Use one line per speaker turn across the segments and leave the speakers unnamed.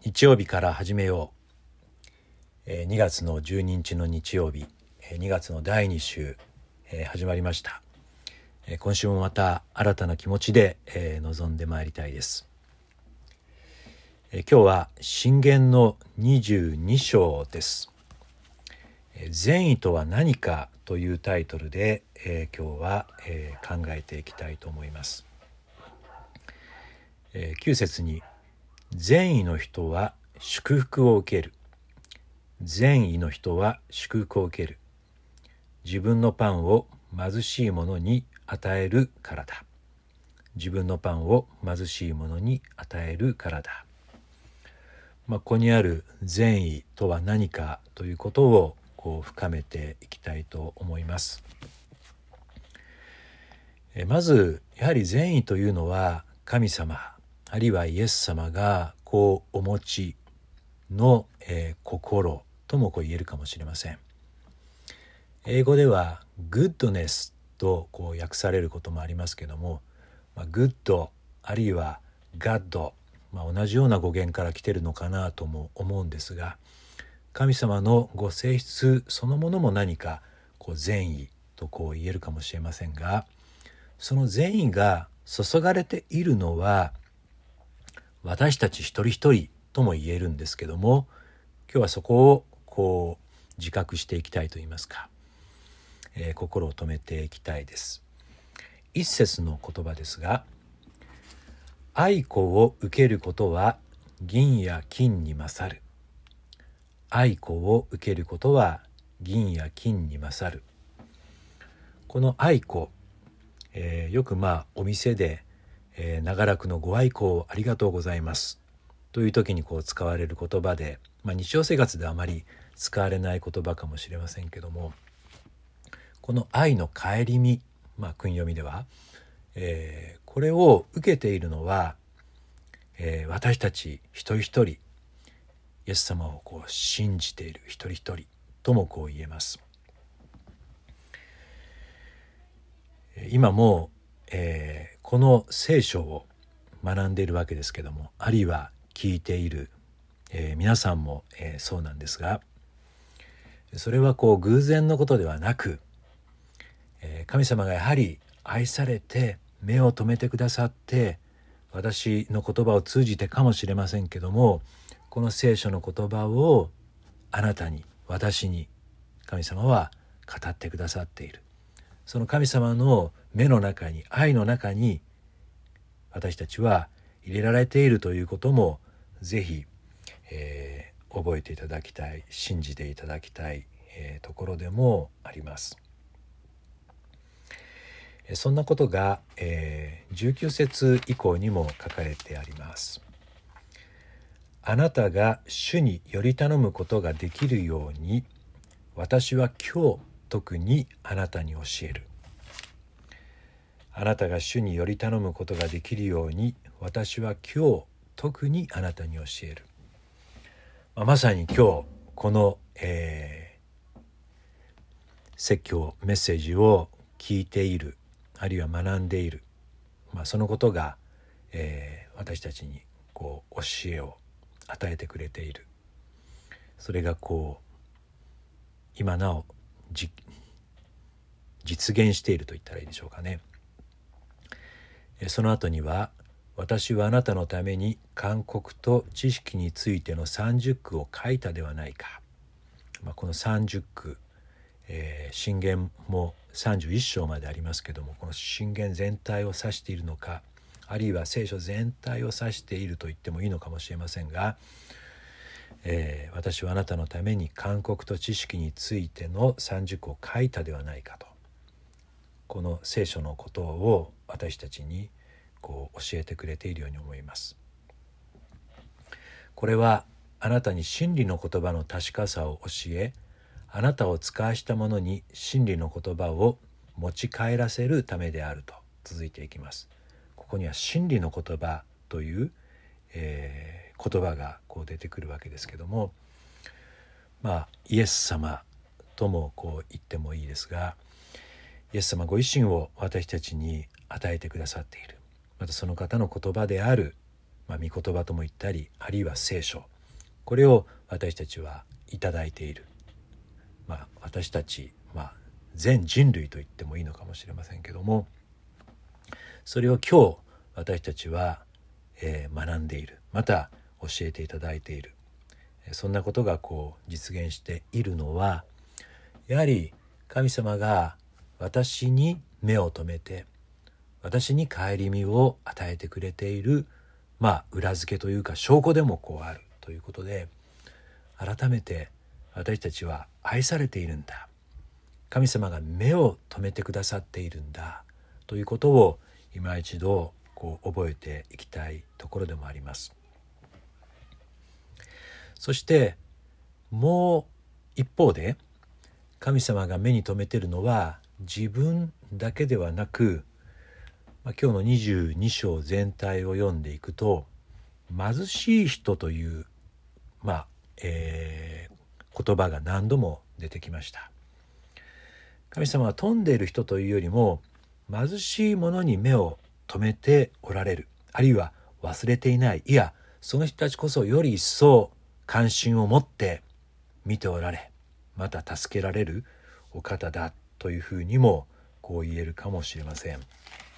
日曜日から始めよう。2月の12日の日曜日、2月の第2週、始まりました。今週もまた新たな気持ちで、臨んでまいりたいです。今日は箴言の22章です。善意とは何かというタイトルで、今日は、考えていきたいと思います。9節に善意の人は祝福を受ける。善意の人は祝福を受ける。自分のパンを貧しい者に与えるからだ。自分のパンを貧しい者に与えるからだ。ここにある善意とは何かということを深めていきたいと思います。まずやはり善意というのは神様あるいはイエス様がお持ちの、心とも言えるかもしれません。英語では goodness と訳されることもありますけども、good あるいは God、同じような語源から来ているのかなとも思うんですが、神様のご性質そのものも何か善意と言えるかもしれませんが、その善意が注がれているのは私たち一人一人とも言えるんですけども、今日はそこを自覚していきたいといいますか、心を止めていきたいです。一節の言葉ですが、愛子を受けることは銀や金に勝る。愛子を受けることは銀や金に勝る。この愛子、よくお店で長らくのご愛顧をありがとうございますという時に使われる言葉で、日常生活ではあまり使われない言葉かもしれませんけども、この愛の顧み、訓読みでは、これを受けているのは、私たち一人一人イエス様を信じている一人一人とも言えます。今もこの聖書を学んでいるわけですけども、あるいは聞いている、皆さんも、そうなんですが、それは偶然のことではなく、神様がやはり愛されて目を留めてくださって、私の言葉を通じてかもしれませんけども、この聖書の言葉をあなたに私に神様は語ってくださっている。その神様の目の中に、愛の中に私たちは入れられているということもぜひ、覚えていただきたい、信じていただきたい、ところでもあります。そんなことが、19節以降にも書かれてあります。あなたが主により頼むことができるように、私は今日特にあなたに教える。あなたが主により頼むことができるように、私は今日特にあなたに教える。まさに今日この、説教メッセージを聞いている、あるいは学んでいる、そのことが、私たちに教えを与えてくれている。それが今なお実現していると言ったらいいでしょうかね。その後には、私はあなたのために勧告と知識についての30句を書いたではないか。この30句、箴言も31章までありますけども、この箴言全体を指しているのか、あるいは聖書全体を指していると言ってもいいのかもしれませんが、私はあなたのために勧告と知識についての30句を書いたではないかと、この聖書のことを私たちに教えてくれているように思います。これはあなたに真理の言葉の確かさを教え、あなたを使わした者に真理の言葉を持ち帰らせるためであると続いていきます。ここには真理の言葉という、言葉が出てくるわけですけども、イエス様とも言ってもいいですが、イエス様ご自身を私たちに与えてくださっている。またその方の言葉である、御言葉とも言ったり、あるいは聖書、 これを私たちはいただいている。私たち、全人類と言ってもいいのかもしれませんけども、それを今日私たちは、学んでいる、また教えていただいている。そんなことが実現しているのは、やはり神様が私に目を留めて、私に顧みを与えてくれている、裏付けというか証拠でもあるということで、改めて私たちは愛されているんだ、神様が目を留めてくださっているんだということを今一度覚えていきたいところでもあります。そしてもう一方で、神様が目に留めているのは自分だけではなく、今日の22章全体を読んでいくと、貧しい人という、言葉が何度も出てきました。神様は富んでいる人というよりも、貧しい者に目を留めておられる、あるいは忘れていない、いやその人たちこそより一層関心を持って見ておられ、また助けられるお方だというふうにも言えるかもしれません。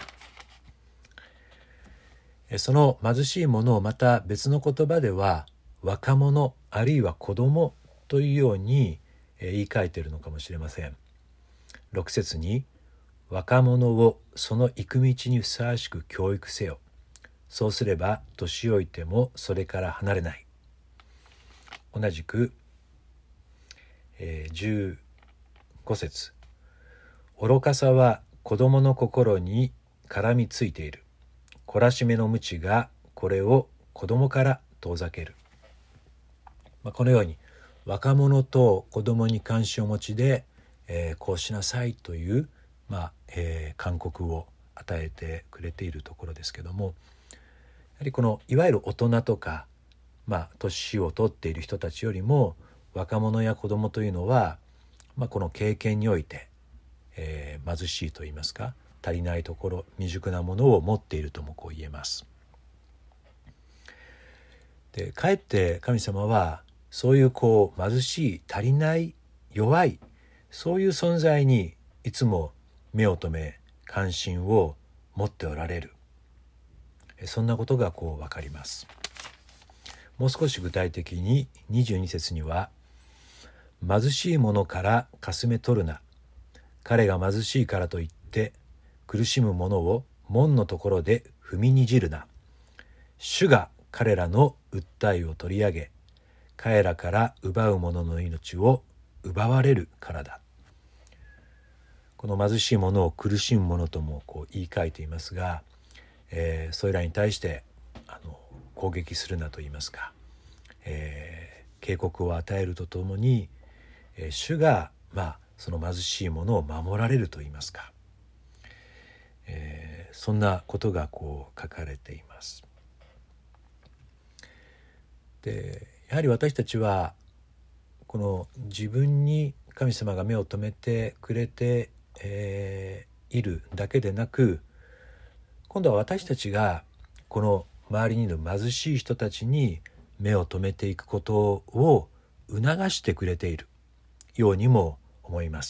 その貧しい者をまた別の言葉では若者あるいは子供というように言い換えているのかもしれません。6節に、若者をその行く道にふさわしく教育せよ、そうすれば年老いてもそれから離れない。同じく、15節、愚かさは子供の心に絡みついている、懲らしめの鞭がこれを子供から遠ざける。このように若者と子供に関心を持ちで、こうしなさいという、勧告を与えてくれているところですけども、やはりこのいわゆる大人とか、年を取っている人たちよりも若者や子供というのは、この経験において、貧しいといいますか、足りないところ、未熟なものを持っているとも言えます。で、かえって神様はそういう貧しい、足りない、弱い、そういう存在にいつも目を留め関心を持っておられる、そんなことが分かります。もう少し具体的に22節には、貧しい者からかすめ取るな、彼が貧しいからといって苦しむ者を門のところで踏みにじるな、主が彼らの訴えを取り上げ、彼らから奪う者の命を奪われるからだ。この貧しい者を苦しむ者とも言い換えていますが、それらに対して攻撃するなと言いますか、警告を与えるとともに、主がその貧しい者を守られると言いますか、そんなことが書かれています。で、やはり私たちはこの自分に神様が目を留めてくれて、いるだけでなく、今度は私たちがこの周りにいる貧しい人たちに目を留めていくことを促してくれているようにも思います。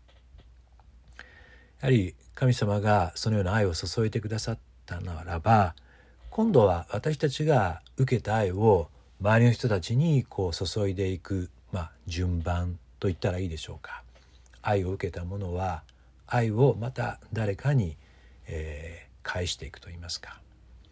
やはり神様がそのような愛を注いでくださったならば、今度は私たちが受けた愛を周りの人たちに注いでいく、順番と言ったらいいでしょうか。愛を受けた者は愛をまた誰かに、返していくといいますか、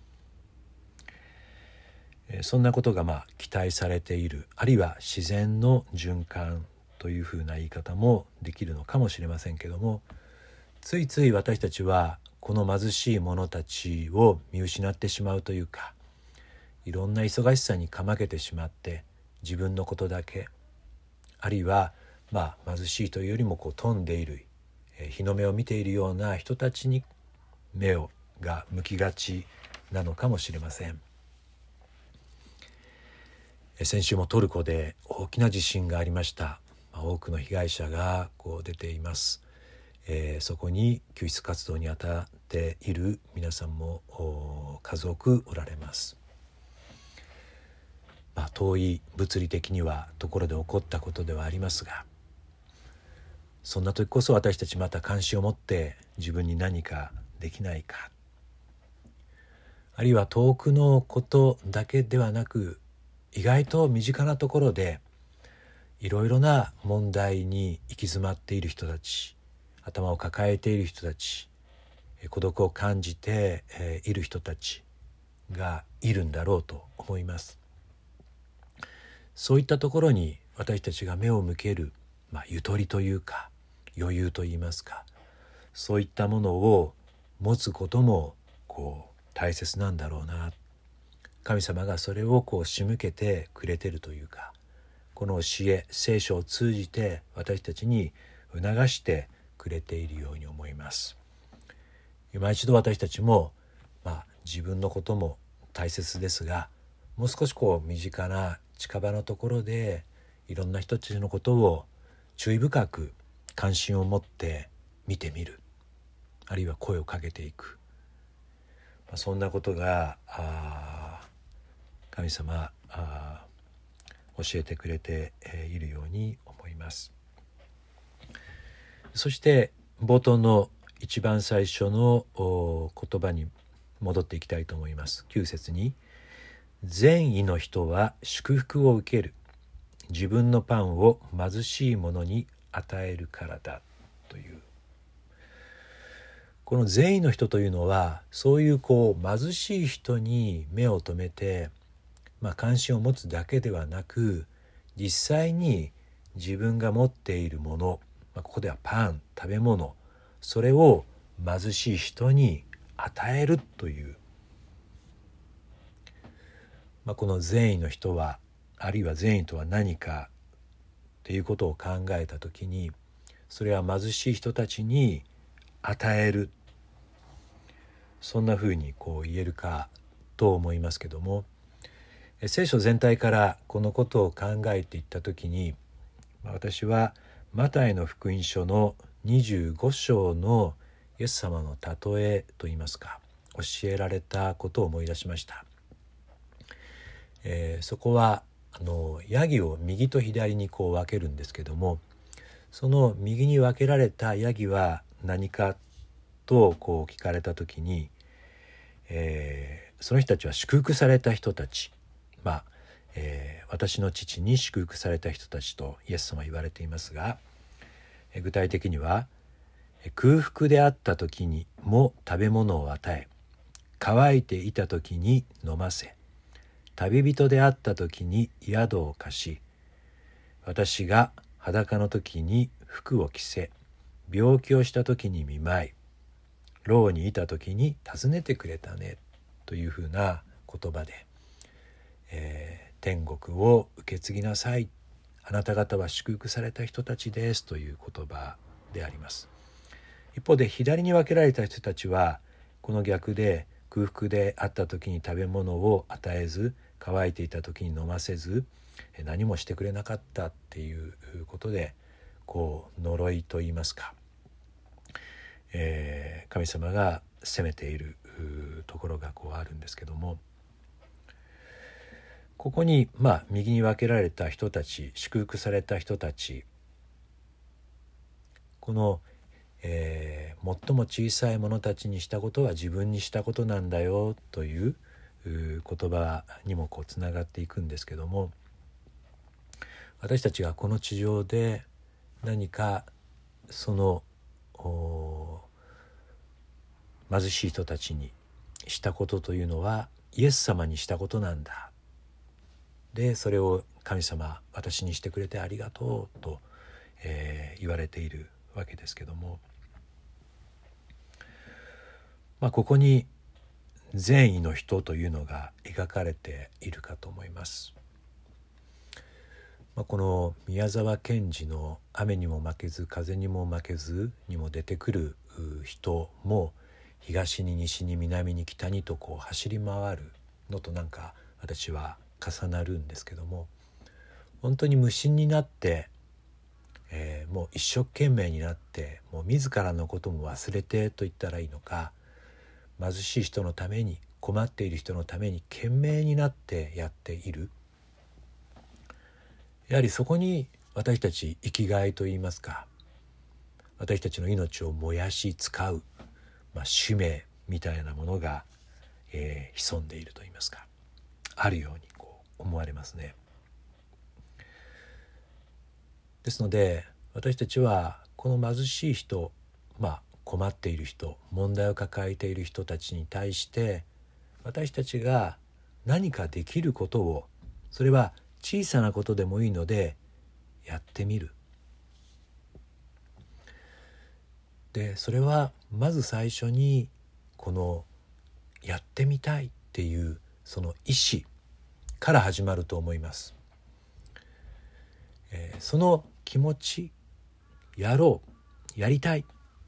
そんなことが期待されている、あるいは自然の循環というふうな言い方もできるのかもしれませんけども、ついつい私たちはこの貧しい者たちを見失ってしまうというか、いろんな忙しさにかまけてしまって自分のことだけ、あるいは貧しいというよりも富んでいる、日の目を見ているような人たちに目が向きがちなのかもしれません。先週もトルコで大きな地震がありました。多くの被害者が出ています。そこに救出活動に当たっている皆さんも数多くおられます。 遠い物理的にはところで起こったことではありますが、そんな時こそ私たちまた関心を持って自分に何かできないか、あるいは遠くのことだけではなく、意外と身近なところでいろいろな問題に行き詰まっている人たち、頭を抱えている人たち、孤独を感じている人たちがいるんだろうと思います。そういったところに私たちが目を向ける、ゆとりというか余裕といいますか、そういったものを持つことも大切なんだろうな。神様がそれを仕向けてくれているというか、この教え、聖書を通じて私たちに促してくれているように思います。今一度私たちも、自分のことも大切ですが、もう少し身近な近場のところでいろんな人たちのことを注意深く関心を持って見てみる、あるいは声をかけていく、そんなことが神様教えてくれているように思います。そして冒頭の一番最初の言葉に戻っていきたいと思います。9節に、善意の人は祝福を受ける、自分のパンを貧しい者に与えるからだという、この善意の人というのは、そういう貧しい人に目を留めて、関心を持つだけではなく、実際に自分が持っているもの、ここではパン、食べ物、それを貧しい人に与えるという、この善意の人は、あるいは善意とは何かということを考えたときに、それは貧しい人たちに与える、そんなふうに言えるかと思いますけども、聖書全体からこのことを考えていったときに、私はマタイの福音書の25章のイエス様の例えといいますか、教えられたことを思い出しました。そこはヤギを右と左に分けるんですけども、その右に分けられたヤギは何かと聞かれたときに、その人たちは祝福された人たち、私の父に祝福された人たちとイエス様は言われていますが、具体的には空腹であった時にも食べ物を与え、乾いていた時に飲ませ、旅人であった時に宿を貸し、私が裸の時に服を着せ、病気をした時に見舞い、牢にいた時に訪ねてくれたねというふうな言葉で、天国を受け継ぎなさい、あなた方は祝福された人たちですという言葉であります。一方で左に分けられた人たちはこの逆で、空腹であった時に食べ物を与えず、乾いていた時に飲ませず、何もしてくれなかったっていうことで、呪いといいますか、神様が責めているところがあるんですけども、ここに右に分けられた人たち、祝福された人たち、この、最も小さい者たちにしたことは自分にしたことなんだよという言葉にもつながっていくんですけども、私たちがこの地上で何かその貧しい人たちにしたことというのはイエス様にしたことなんだ。でそれを神様、私にしてくれてありがとうと、言われているわけですけども、ここに善意の人というのが描かれているかと思います。この宮沢賢治の雨にも負けず風にも負けずにも出てくる人も、東に西に南に北にと走り回るのと私は重なるんですけども、本当に無心になって、もう一生懸命になって、もう自らのことも忘れてと言ったらいいのか、貧しい人のために、困っている人のために懸命になってやっている、 やはりそこに私たち生きがいといいますか、私たちの命を燃やし使う、使命みたいなものが、潜んでいるといいますか、あるように思われますね。ですので私たちはこの貧しい人、困っている人、問題を抱えている人たちに対して私たちが何かできることを、それは小さなことでもいいのでやってみる。でそれはまず最初にこのやってみたいっていうその意志から始まると思います。その気持ち、やろう、やりたい、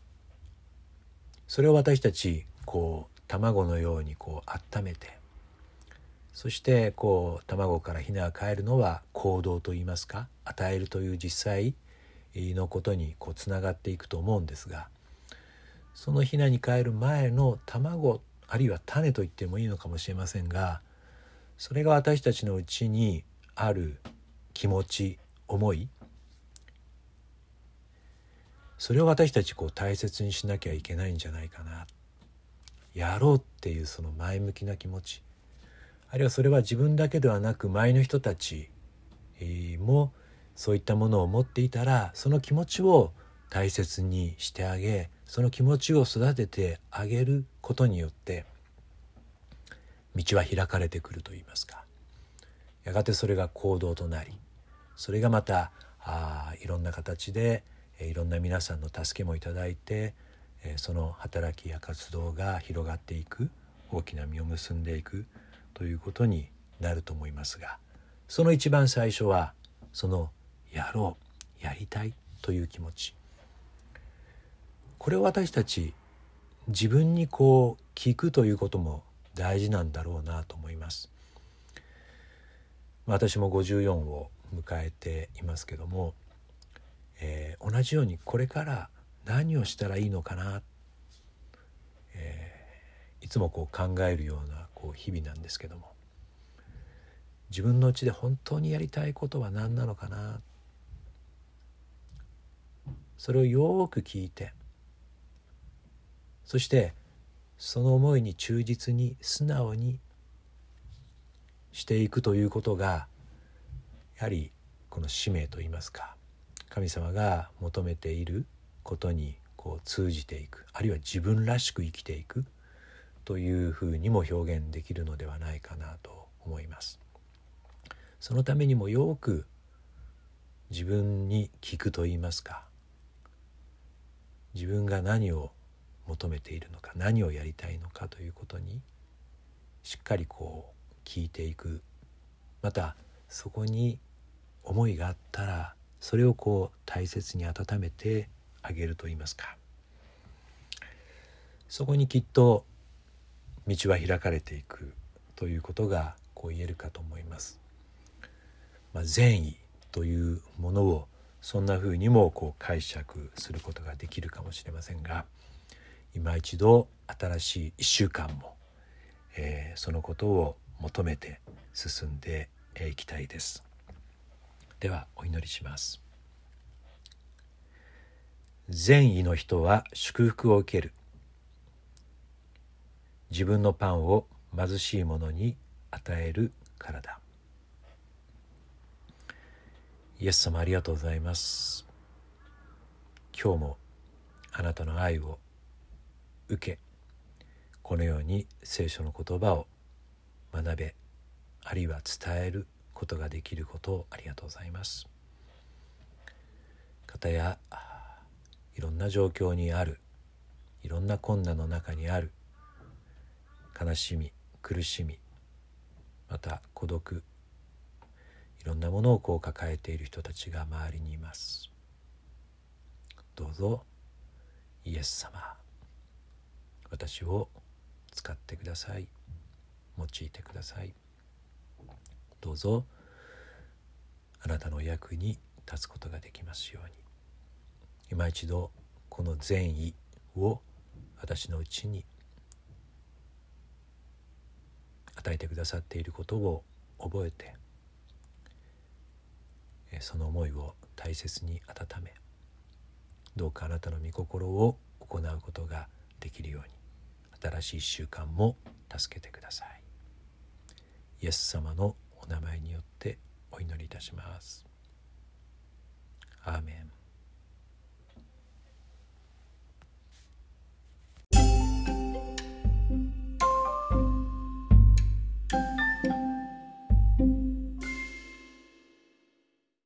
それを私たち卵のように温めて、そして卵からヒナが帰るのは行動といいますか、与えるという実際のことにつながっていくと思うんですが、そのヒナに帰る前の卵、あるいは種と言ってもいいのかもしれませんが、それが私たちのうちにある気持ち、思い、それを私たち大切にしなきゃいけないんじゃないかな。やろうっていうその前向きな気持ち、あるいはそれは自分だけではなく周りの人たちもそういったものを持っていたら、その気持ちを大切にしてあげ、その気持ちを育ててあげることによって道は開かれてくるといいますか、やがてそれが行動となり、それがまたいろんな形でいろんな皆さんの助けもいただいて、その働きや活動が広がっていく、大きな実を結んでいくということになると思いますが、その一番最初はそのやろう、やりたいという気持ち、これを私たち自分に聞くということも大事なんだろうなと思います。私も54を迎えていますけども、同じようにこれから何をしたらいいのかな、いつも考えるような日々なんですけども、自分のうちで本当にやりたいことは何なのかな、それをよく聞いて、そしてその思いに忠実に素直にしていくということが、やはりこの使命といいますか、神様が求めていることに通じていく、あるいは自分らしく生きていくというふうにも表現できるのではないかなと思います。そのためにもよく自分に聞くといいますか、自分が何を求めているのか、何をやりたいのかということにしっかり聞いていく。またそこに思いがあったらそれを大切に温めてあげるといいますか、そこにきっと道は開かれていくということが言えるかと思います。善意というものをそんな風にも解釈することができるかもしれませんが、今一度新しい1週間も、そのことを求めて進んでいきたいです。ではお祈りします。善意の人は祝福を受ける。自分のパンを貧しい者に与えるからだ。イエス様、ありがとうございます。今日もあなたの愛を受け、このように聖書の言葉を学べ、あるいは伝えることができることをありがとうございます。かたやいろんな状況にある、いろんな困難の中にある、悲しみ、苦しみ、また孤独、いろんなものを抱えている人たちが周りにいます。どうぞイエス様、私を使ってください。用いてください。どうぞあなたの役に立つことができますように。今一度この善意を私のうちに与えてくださっていることを覚えて、 その思いを大切に温め、どうかあなたの御心を行うことができるように、新しい習慣も助けてください。イエス様のお名前によってお祈りいたします。アーメン。